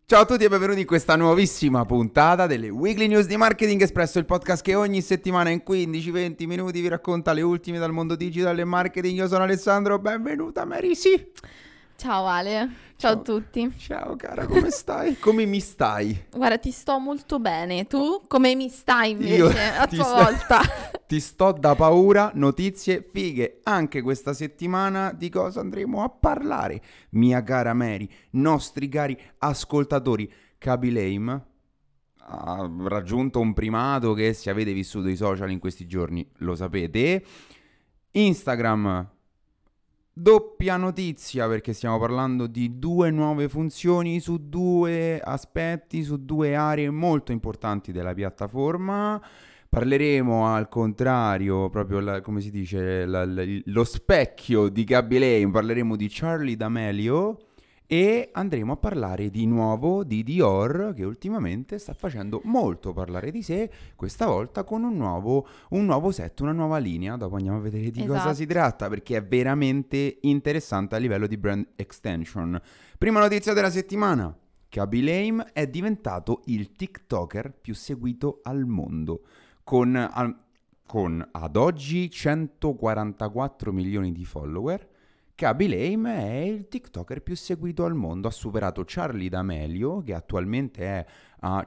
Ciao a tutti e benvenuti in questa nuovissima puntata delle Weekly News di Marketing Espresso, il podcast che ogni settimana in 15-20 minuti vi racconta le ultime dal mondo digital e marketing. Io sono Alessandro, benvenuta Marisi. Ciao Ale, ciao a tutti. Ciao cara, come stai? Come mi stai? Guarda, ti sto molto bene. Tu come mi stai invece Io a tua volta? Ti sto da paura, notizie fighe. Anche questa settimana di cosa andremo a parlare? Mia cara Mary, nostri cari ascoltatori, Khaby Lame ha raggiunto un primato che, se avete vissuto i social in questi giorni, lo sapete. Instagram, doppia notizia, perché stiamo parlando di due nuove funzioni su due aspetti, su due aree molto importanti della piattaforma. Parleremo al contrario, proprio come si dice, lo specchio di Khaby Lame. Parleremo di Charli D'Amelio e andremo a parlare di nuovo di Dior, che ultimamente sta facendo molto parlare di sé, questa volta con un nuovo set, una nuova linea. Dopo andiamo a vedere di cosa si tratta, perché è veramente interessante a livello di brand extension. Prima notizia della settimana: Khaby Lame è diventato il TikToker più seguito al mondo, con ad oggi 144 milioni di follower. Khaby Lame è il TikToker più seguito al mondo, ha superato Charli D'Amelio, che attualmente è a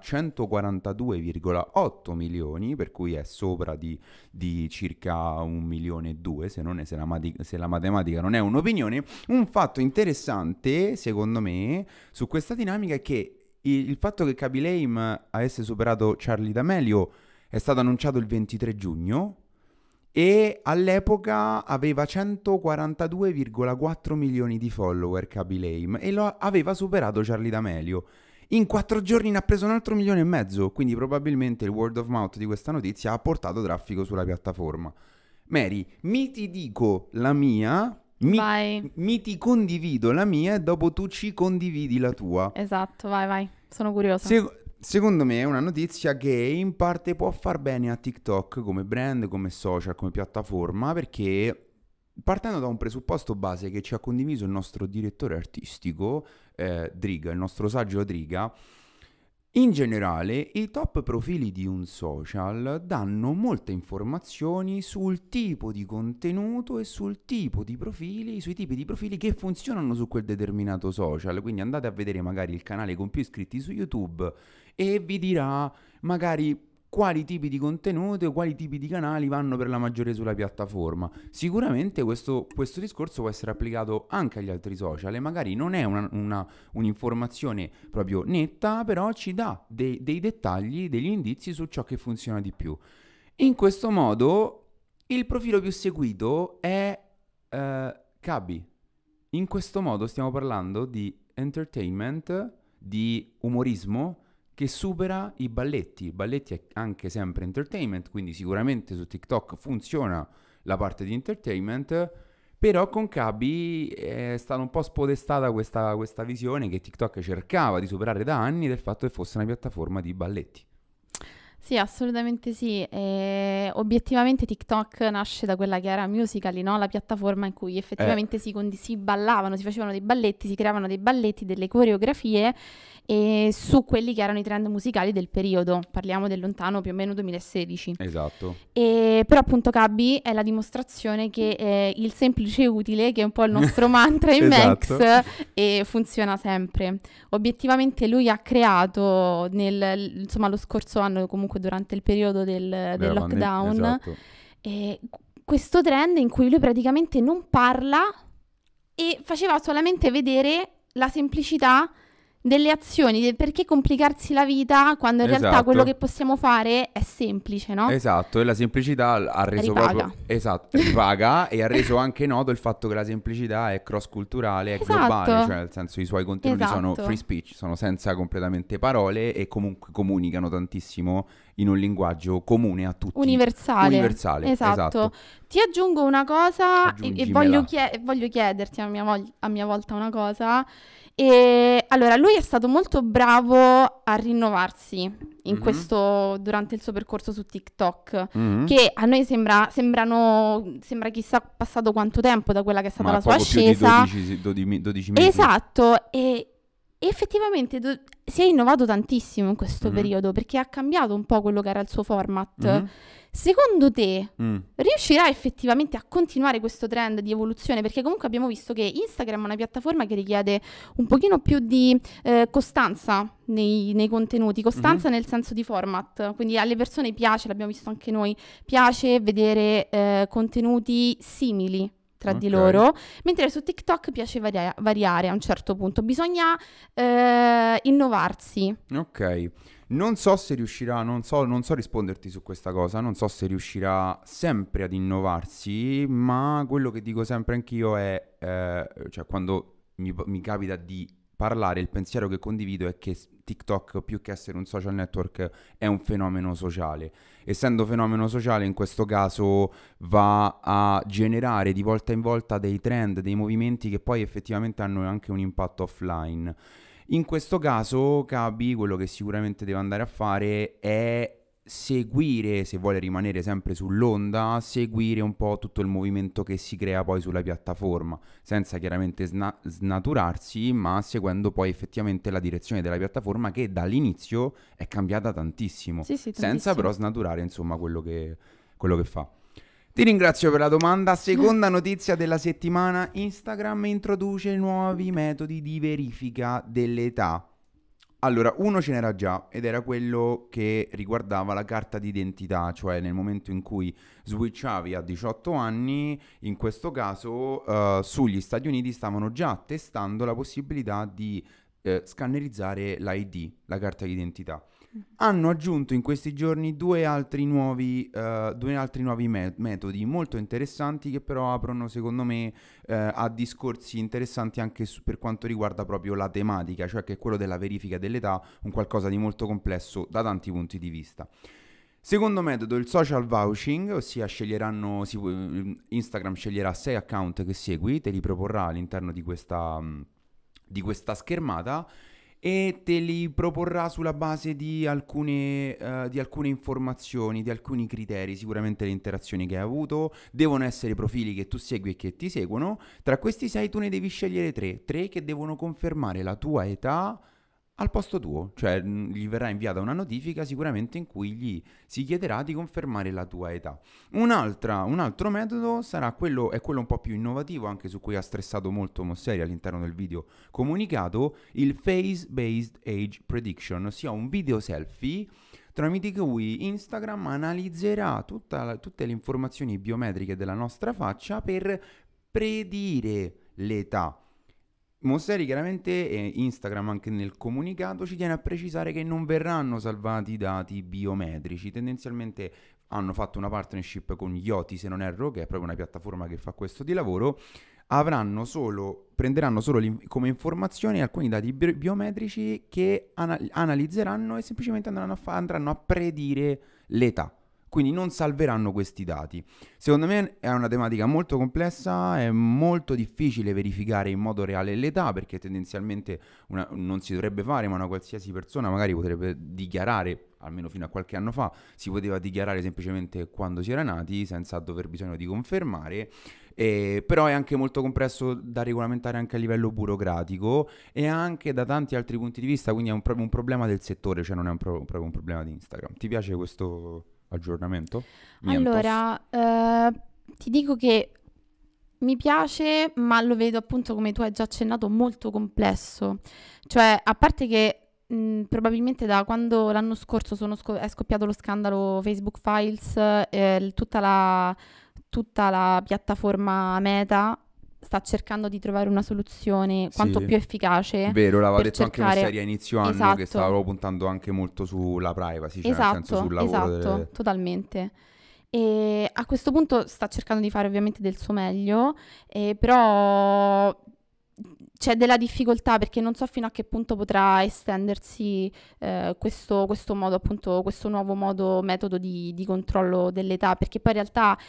142,8 milioni, per cui è sopra di circa 1,2 milioni, se la matematica non è un'opinione. Un fatto interessante, secondo me, su questa dinamica è che il fatto che Khaby Lame avesse superato Charli D'Amelio è stato annunciato il 23 giugno e all'epoca aveva 142,4 milioni di follower Khaby Lame e lo aveva superato Charli D'Amelio. In 4 giorni ne ha preso un altro 1,5 milioni, quindi probabilmente il word of mouth di questa notizia ha portato traffico sulla piattaforma. Mary, mi ti dico la mia, mi ti condivido la mia e dopo tu ci condividi la tua. Esatto, vai, sono curiosa. Secondo me è una notizia che in parte può far bene a TikTok come brand, come social, come piattaforma, perché partendo da un presupposto base che ci ha condiviso il nostro direttore artistico, Driga, il nostro saggio Driga, in generale i top profili di un social danno molte informazioni sul tipo di contenuto e sul tipo di profili, sui tipi di profili che funzionano su quel determinato social. Quindi andate a vedere magari il canale con più iscritti su YouTube e vi dirà magari quali tipi di contenuti o quali tipi di canali vanno per la maggiore sulla piattaforma. Sicuramente questo discorso può essere applicato anche agli altri social e magari non è un'informazione proprio netta, però ci dà dei dettagli, degli indizi su ciò che funziona di più. In questo modo il profilo più seguito è Khaby. In questo modo stiamo parlando di entertainment, di umorismo, che supera i balletti. I balletti è anche sempre entertainment, quindi sicuramente su TikTok funziona la parte di entertainment, però con Khaby è stata un po' spodestata questa visione che TikTok cercava di superare da anni, del fatto che fosse una piattaforma di balletti. Sì, assolutamente sì. Obiettivamente TikTok nasce da quella che era Musical.ly, no? La piattaforma in cui effettivamente si ballavano, si facevano dei balletti, si creavano dei balletti, delle coreografie su quelli che erano i trend musicali del periodo. Parliamo del lontano più o meno 2016. Esatto. Però appunto Khaby è la dimostrazione che il semplice e utile, che è un po' il nostro mantra in Esatto. Max, funziona sempre. Obiettivamente lui ha creato lo scorso anno, comunque durante il periodo del lockdown, esatto, questo trend in cui lui praticamente non parla e faceva solamente vedere la semplicità delle azioni, perché complicarsi la vita quando in realtà quello che possiamo fare è semplice, no? Esatto, e la semplicità ha reso proprio... Esatto, ripaga e ha reso anche noto il fatto che la semplicità è cross-culturale, è globale, cioè nel senso i suoi contenuti sono free speech, sono senza completamente parole e comunque comunicano tantissimo in un linguaggio comune a tutti. Universale. Esatto. Ti aggiungo una cosa e voglio chiederti a mia volta una cosa. E allora lui è stato molto bravo a rinnovarsi in questo, durante il suo percorso su TikTok, che a noi sembra chissà passato quanto tempo da quella che è stata la sua ascesa. Più di 12 mesi. Esatto, e effettivamente si è innovato tantissimo in questo periodo perché ha cambiato un po' quello che era il suo format. Mhm. Secondo te Mm. riuscirà effettivamente a continuare questo trend di evoluzione? Perché comunque abbiamo visto che Instagram è una piattaforma che richiede un pochino più di costanza nei contenuti, costanza nel senso di format. Quindi alle persone piace, l'abbiamo visto anche noi, piace vedere contenuti simili tra di Ok. loro, mentre su TikTok piace variare a un certo punto. Bisogna innovarsi. Ok, non so se riuscirà, non so risponderti su questa cosa, non so se riuscirà sempre ad innovarsi, ma quello che dico sempre anch'io è, cioè quando mi capita di parlare, il pensiero che condivido è che TikTok, più che essere un social network, è un fenomeno sociale. Essendo fenomeno sociale, in questo caso va a generare di volta in volta dei trend, dei movimenti che poi effettivamente hanno anche un impatto offline. In questo caso, Cabi, quello che sicuramente deve andare a fare è seguire, se vuole rimanere sempre sull'onda, seguire un po' tutto il movimento che si crea poi sulla piattaforma, senza chiaramente snaturarsi, ma seguendo poi effettivamente la direzione della piattaforma che dall'inizio è cambiata tantissimo, Sì, sì, senza tantissimo. però snaturare insomma quello che fa. Ti ringrazio per la domanda. Seconda notizia della settimana: Instagram introduce nuovi metodi di verifica dell'età. Allora, uno ce n'era già ed era quello che riguardava la carta d'identità, cioè nel momento in cui switchavi a 18 anni, in questo caso sugli Stati Uniti stavano già testando la possibilità di scannerizzare l'ID, la carta d'identità. Hanno aggiunto in questi giorni due altri nuovi metodi molto interessanti che però aprono secondo me a discorsi interessanti anche per quanto riguarda proprio la tematica, cioè che è quello della verifica dell'età, un qualcosa di molto complesso da tanti punti di vista. Secondo metodo, il social vouching, ossia Instagram sceglierà 6 account che segui, te li proporrà all'interno di questa schermata e te li proporrà sulla base di alcune informazioni, di alcuni criteri, sicuramente le interazioni che hai avuto, devono essere profili che tu segui e che ti seguono, tra questi 6 tu ne devi scegliere 3 che devono confermare la tua età al posto tuo, cioè gli verrà inviata una notifica sicuramente in cui gli si chiederà di confermare la tua età. Un altro metodo è quello un po' più innovativo, anche su cui ha stressato molto Mosseri all'interno del video comunicato, il Face-Based Age Prediction, ossia un video selfie tramite cui Instagram analizzerà tutte le informazioni biometriche della nostra faccia per predire l'età. Mosseri chiaramente e Instagram anche nel comunicato ci tiene a precisare che non verranno salvati i dati biometrici, tendenzialmente hanno fatto una partnership con Yoti se non erro, che è proprio una piattaforma che fa questo di lavoro, prenderanno solo come informazioni alcuni dati biometrici che analizzeranno e semplicemente andranno a predire l'età. Quindi non salveranno questi dati. Secondo me è una tematica molto complessa, è molto difficile verificare in modo reale l'età perché tendenzialmente non si dovrebbe fare, ma una qualsiasi persona magari potrebbe dichiarare, almeno fino a qualche anno fa, si poteva dichiarare semplicemente quando si era nati senza dover bisogno di confermare. Però è anche molto complesso da regolamentare anche a livello burocratico e anche da tanti altri punti di vista, quindi è proprio un problema del settore, cioè non è proprio un problema di Instagram. Ti piace questo aggiornamento? Mientos. Allora, ti dico che mi piace, ma lo vedo appunto come tu hai già accennato molto complesso. Cioè, a parte che probabilmente da quando l'anno scorso è scoppiato lo scandalo Facebook Files, tutta la piattaforma Meta sta cercando di trovare una soluzione quanto Sì, più efficace vero, l'aveva per detto anche Mosseri a cercare... inizio anno che Esatto, stava puntando anche molto sulla privacy, cioè nel senso sul lavoro esatto, totalmente. E a questo punto sta cercando di fare ovviamente del suo meglio, però c'è della difficoltà perché non so fino a che punto potrà estendersi questo modo, appunto, questo nuovo metodo di controllo dell'età, perché poi in realtà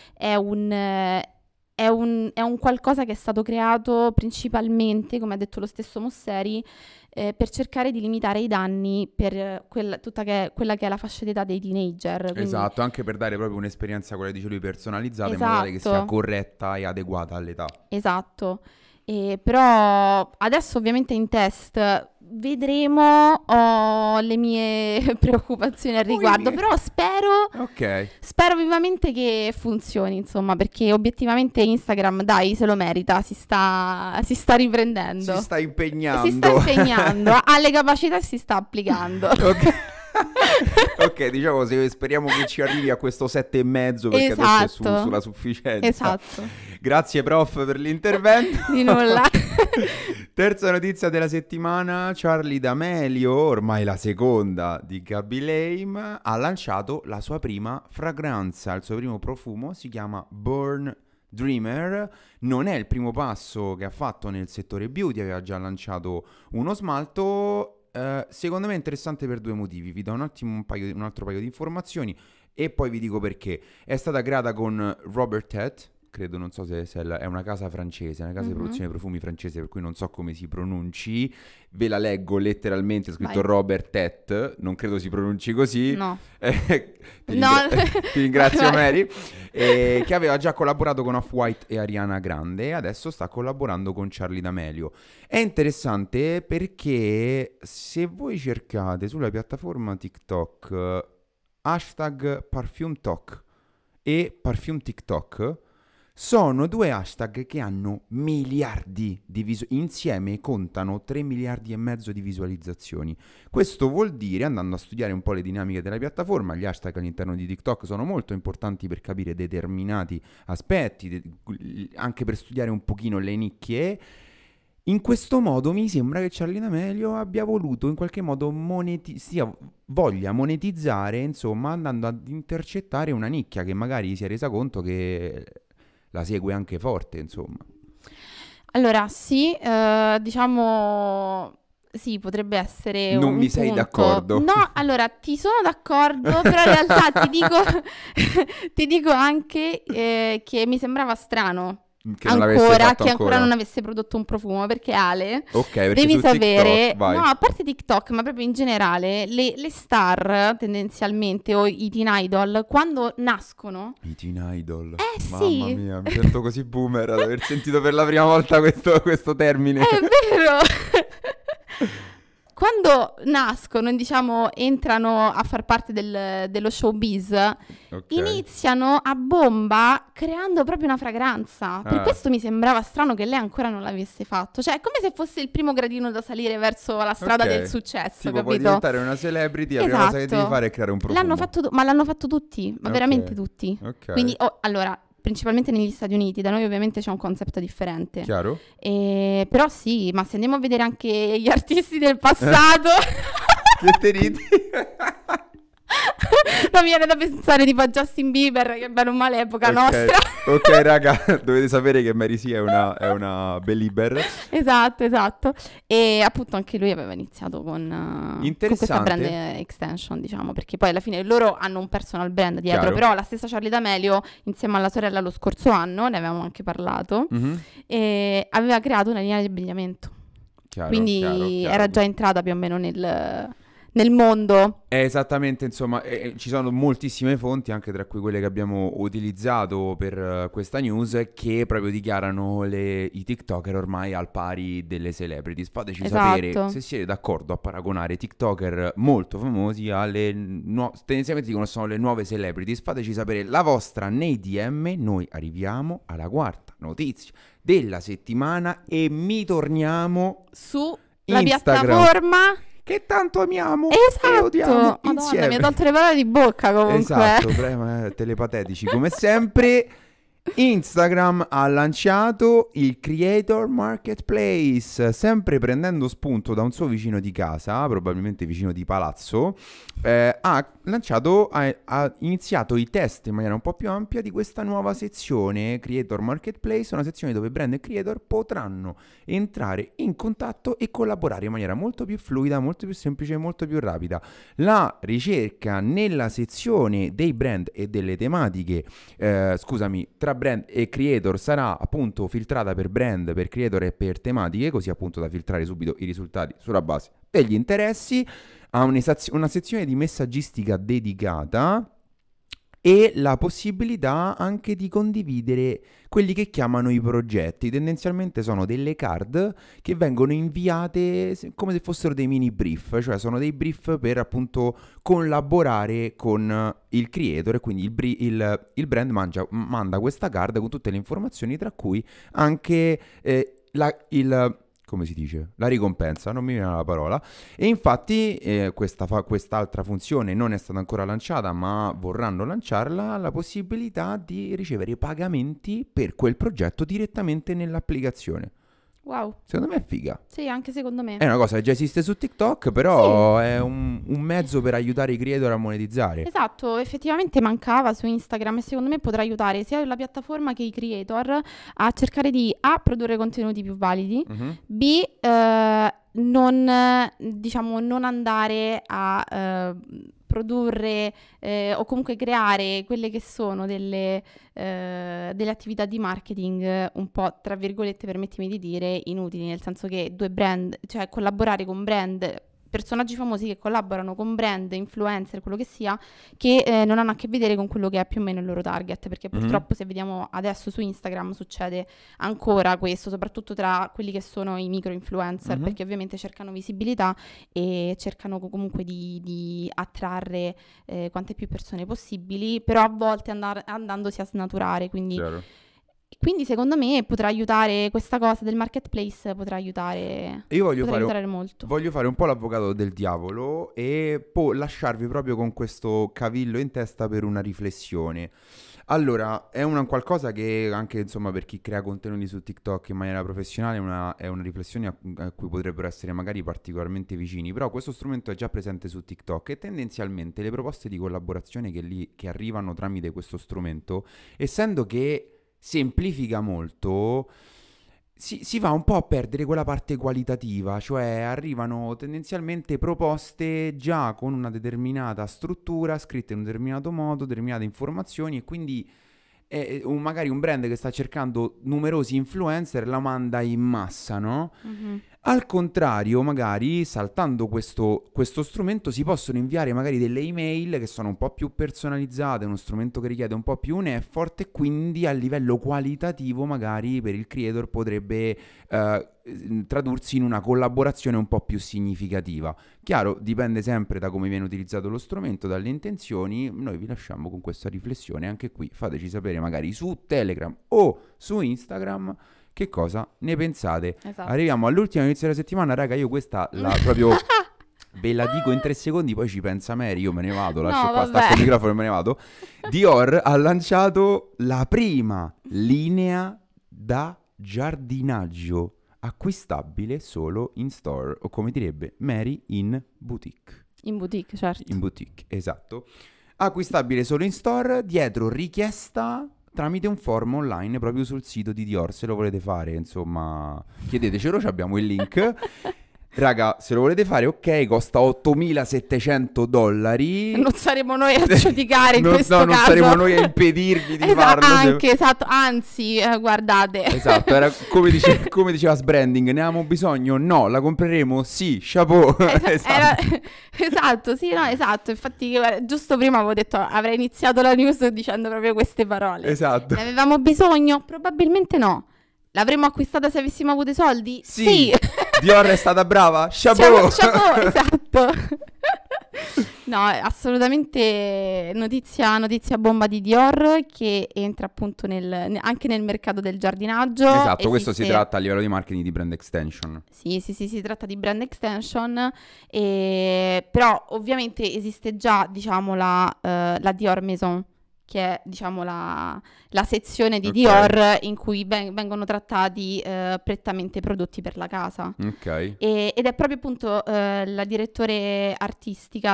è un qualcosa che è stato creato principalmente, come ha detto lo stesso Mosseri, per cercare di limitare i danni per quella che è la fascia d'età dei teenager. Quindi, Esatto, anche per dare proprio un'esperienza, quella dice lui, personalizzata in modo tale che sia esatto, corretta e adeguata all'età. esatto. Però adesso ovviamente è in test, vedremo, ho le mie preoccupazioni al riguardo, però spero vivamente che funzioni, insomma, perché obiettivamente Instagram, dai, se lo merita, si sta riprendendo. Si sta impegnando. Ha le capacità e si sta applicando. Ok, diciamo, speriamo che ci arrivi a questo 7,5, perché adesso è sulla sufficienza. Esatto. Grazie prof per l'intervento. Di nulla. Terza notizia della settimana: Charli D'Amelio, ormai la seconda di Gaby Lame, ha lanciato la sua prima fragranza, il suo primo profumo, si chiama Born Dreamer. Non è il primo passo che ha fatto nel settore beauty, aveva già lanciato uno smalto. Secondo me è interessante per due motivi. Vi do un altro paio di informazioni e poi vi dico perché. È stata creata con Robert Tet, credo, non so se è una casa francese, una casa di produzione di profumi francese, per cui non so come si pronunci. Ve la leggo letteralmente, è scritto Robert Tet, non credo si pronunci così. No. Ti ringrazio Mary. Che aveva già collaborato con Off-White e Ariana Grande e adesso sta collaborando con Charli D'Amelio. È interessante perché se voi cercate sulla piattaforma TikTok hashtag ParfumeTok e Parfume TikTok, sono due hashtag che hanno miliardi di insieme contano 3 miliardi e mezzo di visualizzazioni. Questo vuol dire, andando a studiare un po' le dinamiche della piattaforma, gli hashtag all'interno di TikTok sono molto importanti per capire determinati aspetti, anche per studiare un pochino le nicchie. In questo modo mi sembra che Charli D'Amelio abbia voluto in qualche modo voglia monetizzare, insomma, andando ad intercettare una nicchia che magari si è resa conto che la segue anche forte, insomma. Allora, sì, diciamo, sì, potrebbe essere non un mi sei punto. d'accordo? No, allora, ti sono d'accordo, però in realtà ti dico anche che mi sembrava strano che ancora non avesse prodotto un profumo, perché Ale, perché devi sapere, TikTok, no, a parte TikTok, ma proprio in generale, le star tendenzialmente, o i teen idol, quando nascono, i teen idol, sì, mamma mia, mi sento così boomer ad aver sentito per la prima volta questo termine. È vero. Quando nascono, diciamo, entrano a far parte dello showbiz, iniziano a bomba creando proprio una fragranza. Per questo mi sembrava strano che lei ancora non l'avesse fatto. Cioè, è come se fosse il primo gradino da salire verso la strada del successo, tipo, capito? Puoi diventare una celebrity, la prima cosa che devi fare è creare un profumo. Ma l'hanno fatto tutti, ma veramente tutti. Quindi, allora, principalmente negli Stati Uniti, da noi ovviamente c'è un concept differente. Chiaro? Però sì, ma se andiamo a vedere anche gli artisti del passato... Che te ridi? Non mi viene da pensare tipo a Justin Bieber, che bene o male epoca nostra. Ok, raga, dovete sapere che Mary C è una belieber. Esatto. E appunto anche lui aveva iniziato con questa brand extension, diciamo, perché poi alla fine loro hanno un personal brand dietro. Chiaro. Però la stessa Charli D'Amelio, insieme alla sorella lo scorso anno, ne avevamo anche parlato, e aveva creato una linea di abbigliamento. Quindi era già entrata più o meno nel mondo. Esattamente, insomma, ci sono moltissime fonti, anche tra cui quelle che abbiamo utilizzato per questa news, che proprio dichiarano i TikToker ormai al pari delle celebrities. Fateci sapere se siete d'accordo a paragonare TikToker molto famosi alle tendenzialmente dicono sono le nuove celebrities. Fateci sapere la vostra nei DM. Noi arriviamo alla quarta notizia della settimana e torniamo sulla piattaforma che tanto amiamo e odiamo insieme. Mi ha tolto le parole di bocca comunque. Esatto, telepatetici come sempre. Instagram ha lanciato il Creator Marketplace, sempre prendendo spunto da un suo vicino di casa, probabilmente vicino di palazzo. Ha iniziato i test in maniera un po' più ampia di questa nuova sezione Creator Marketplace, una sezione dove brand e creator potranno entrare in contatto e collaborare in maniera molto più fluida, molto più semplice e molto più rapida. La ricerca nella sezione dei brand e delle tematiche, tra brand e creator sarà appunto filtrata per brand, per creator e per tematiche, così appunto da filtrare subito i risultati sulla base degli interessi. Ha una sezione di messaggistica dedicata e la possibilità anche di condividere quelli che chiamano i progetti. Tendenzialmente sono delle card che vengono inviate come se fossero dei mini brief, cioè sono dei brief per appunto collaborare con il creator, e quindi il brand manda questa card con tutte le informazioni, tra cui anche come si dice? La ricompensa, non mi viene la parola. E infatti quest'altra funzione non è stata ancora lanciata, ma vorranno lanciarla, la possibilità di ricevere pagamenti per quel progetto direttamente nell'applicazione. Wow. Secondo me è figa. Sì, anche secondo me. È una cosa che già esiste su TikTok, però è un mezzo per aiutare i creator a monetizzare. Esatto, effettivamente mancava su Instagram e secondo me potrà aiutare sia la piattaforma che i creator a cercare di A, produrre contenuti più validi, B, non andare a produrre o comunque creare quelle che sono delle attività di marketing un po', tra virgolette, permettimi di dire, inutili, nel senso che due brand, cioè collaborare con brand, personaggi famosi che collaborano con brand, influencer, quello che sia, che non hanno a che vedere con quello che è più o meno il loro target, perché purtroppo se vediamo adesso su Instagram succede ancora questo, soprattutto tra quelli che sono i micro influencer, perché ovviamente cercano visibilità e cercano comunque di attrarre quante più persone possibili, però a volte andandosi a snaturare, quindi secondo me potrà aiutare questa cosa del marketplace, potrà aiutare, aiutare molto. Voglio fare un po' l'avvocato del diavolo e poi lasciarvi proprio con questo cavillo in testa per una riflessione. Allora, è qualcosa che anche insomma per chi crea contenuti su TikTok in maniera professionale è una riflessione a cui potrebbero essere magari particolarmente vicini, però questo strumento è già presente su TikTok e tendenzialmente le proposte di collaborazione che arrivano tramite questo strumento, essendo che semplifica molto, si va un po' a perdere quella parte qualitativa, cioè arrivano tendenzialmente proposte già con una determinata struttura, scritte in un determinato modo, determinate informazioni, e quindi magari un brand che sta cercando numerosi influencer la manda in massa, no? Al contrario, magari saltando questo strumento si possono inviare magari delle email che sono un po' più personalizzate, uno strumento che richiede un po' più un effort, e quindi a livello qualitativo magari per il creator potrebbe tradursi in una collaborazione un po' più significativa. Chiaro, dipende sempre da come viene utilizzato lo strumento, dalle intenzioni. Noi vi lasciamo con questa riflessione, anche qui fateci sapere magari su Telegram o su Instagram che cosa ne pensate. Esatto. Arriviamo all'ultima inizio della settimana, raga, io questa la proprio ve la dico in 3 secondi, poi ci pensa Mary, io me ne vado, lascio qua, stacco il microfono e me ne vado. Dior ha lanciato la prima linea da giardinaggio acquistabile solo in store, o come direbbe Mary, in boutique. In boutique, certo. In boutique, esatto. Acquistabile solo in store, dietro richiesta tramite un forum online proprio sul sito di Dior. Se lo volete fare, insomma, chiedetecelo, abbiamo il link. Raga, se lo volete fare, ok, costa $8.700. Non saremo noi a giudicare in questo caso. No, non saremo noi a impedirvi di farlo. Esatto, anzi, guardate. Esatto, era come diceva Sbranding, ne abbiamo bisogno? No, la compreremo? Sì, chapeau. Esatto, sì, no, esatto. Infatti, giusto prima avevo detto, avrei iniziato la news dicendo proprio queste parole. Esatto. Ne avevamo bisogno? Probabilmente no. L'avremmo acquistata se avessimo avuto i soldi? Sì. Dior è stata brava? Chapeau, esatto. No, assolutamente notizia bomba di Dior, che entra appunto anche nel mercato del giardinaggio. Esatto, questo si tratta a livello di marketing di brand extension. Sì, si tratta di brand extension, però ovviamente esiste già, diciamo, la Dior Maison, che è, diciamo, la sezione di Dior in cui vengono trattati prettamente prodotti per la casa. Ok. Ed è proprio appunto la direttore artistica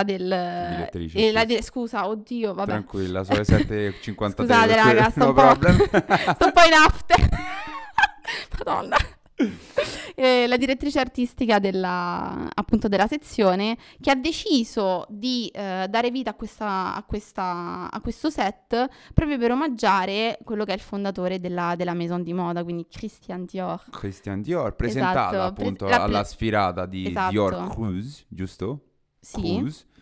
scusa, oddio, vabbè. Tranquilla, sono le 7:53. Scusate, raga, sto un po' in after. Madonna. La direttrice artistica appunto della sezione, che ha deciso di dare vita a questo set proprio per omaggiare quello che è il fondatore della maison di moda, quindi Christian Dior, presentata appunto alla sfilata di Dior Cruise, giusto? Sì. Cruise.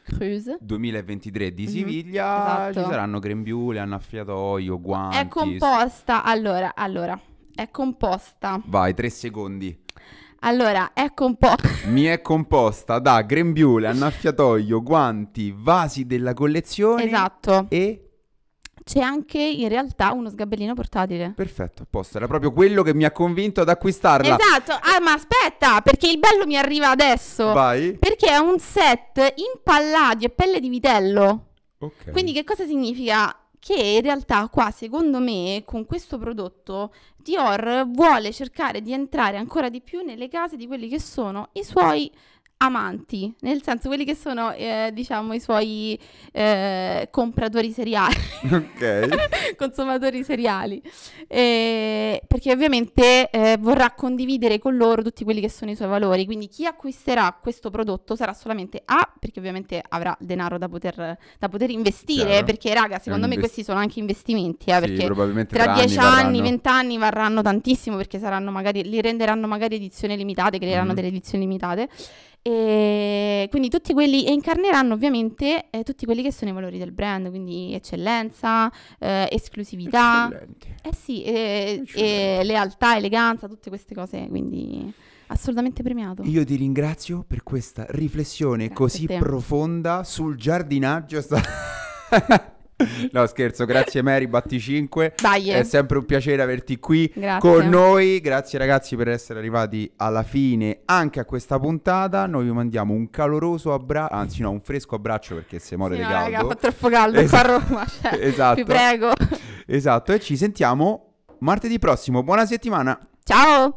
Cruise. 2023 di Siviglia. Esatto. Ci saranno grembiule, annaffiatoio, guanti. È composta, allora, è composta. Vai, 3 secondi. Allora, Mi è composta da grembiule, annaffiatoio, guanti, vasi della collezione. Esatto. E... c'è anche in realtà uno sgabellino portatile. perfetto, a posto. Era proprio quello che mi ha convinto ad acquistarla. Esatto. Ah, ma aspetta, perché il bello mi arriva adesso. Vai. Perché è un set in palladio e pelle di vitello. Ok. Quindi che cosa significa? Che in realtà qua, secondo me, con questo prodotto, Dior vuole cercare di entrare ancora di più nelle case di quelli che sono i suoi amanti, nel senso quelli che sono, diciamo, i suoi compratori seriali, Ok. consumatori seriali, perché ovviamente vorrà condividere con loro tutti quelli che sono i suoi valori, quindi chi acquisterà questo prodotto sarà solamente perché ovviamente avrà denaro da poter investire, Chiaro. perché raga, secondo me questi sono anche investimenti, Sì, perché probabilmente tra 10 anni, varranno. 20 anni varranno tantissimo, perché saranno magari, li renderanno magari edizioni limitate, creeranno delle edizioni limitate. E quindi tutti quelli, e incarneranno ovviamente tutti quelli che sono i valori del brand, quindi eccellenza, esclusività, Eccellente. sì, Eccellente. e lealtà, eleganza, tutte queste cose, quindi assolutamente premiato. Io ti ringrazio per questa riflessione Grazie così a te. profonda sul giardinaggio. No, scherzo, grazie Mary, batti 5. Dai. È sempre un piacere averti qui Grazie. con noi. Grazie ragazzi per essere arrivati alla fine anche a questa puntata. Noi vi mandiamo un caloroso abbraccio, anzi no, un fresco abbraccio perché se muore Sì, di no, raga, caldo. fa troppo caldo qua a Roma, cioè, Esatto. vi prego. Esatto, e ci sentiamo martedì prossimo. Buona settimana. Ciao!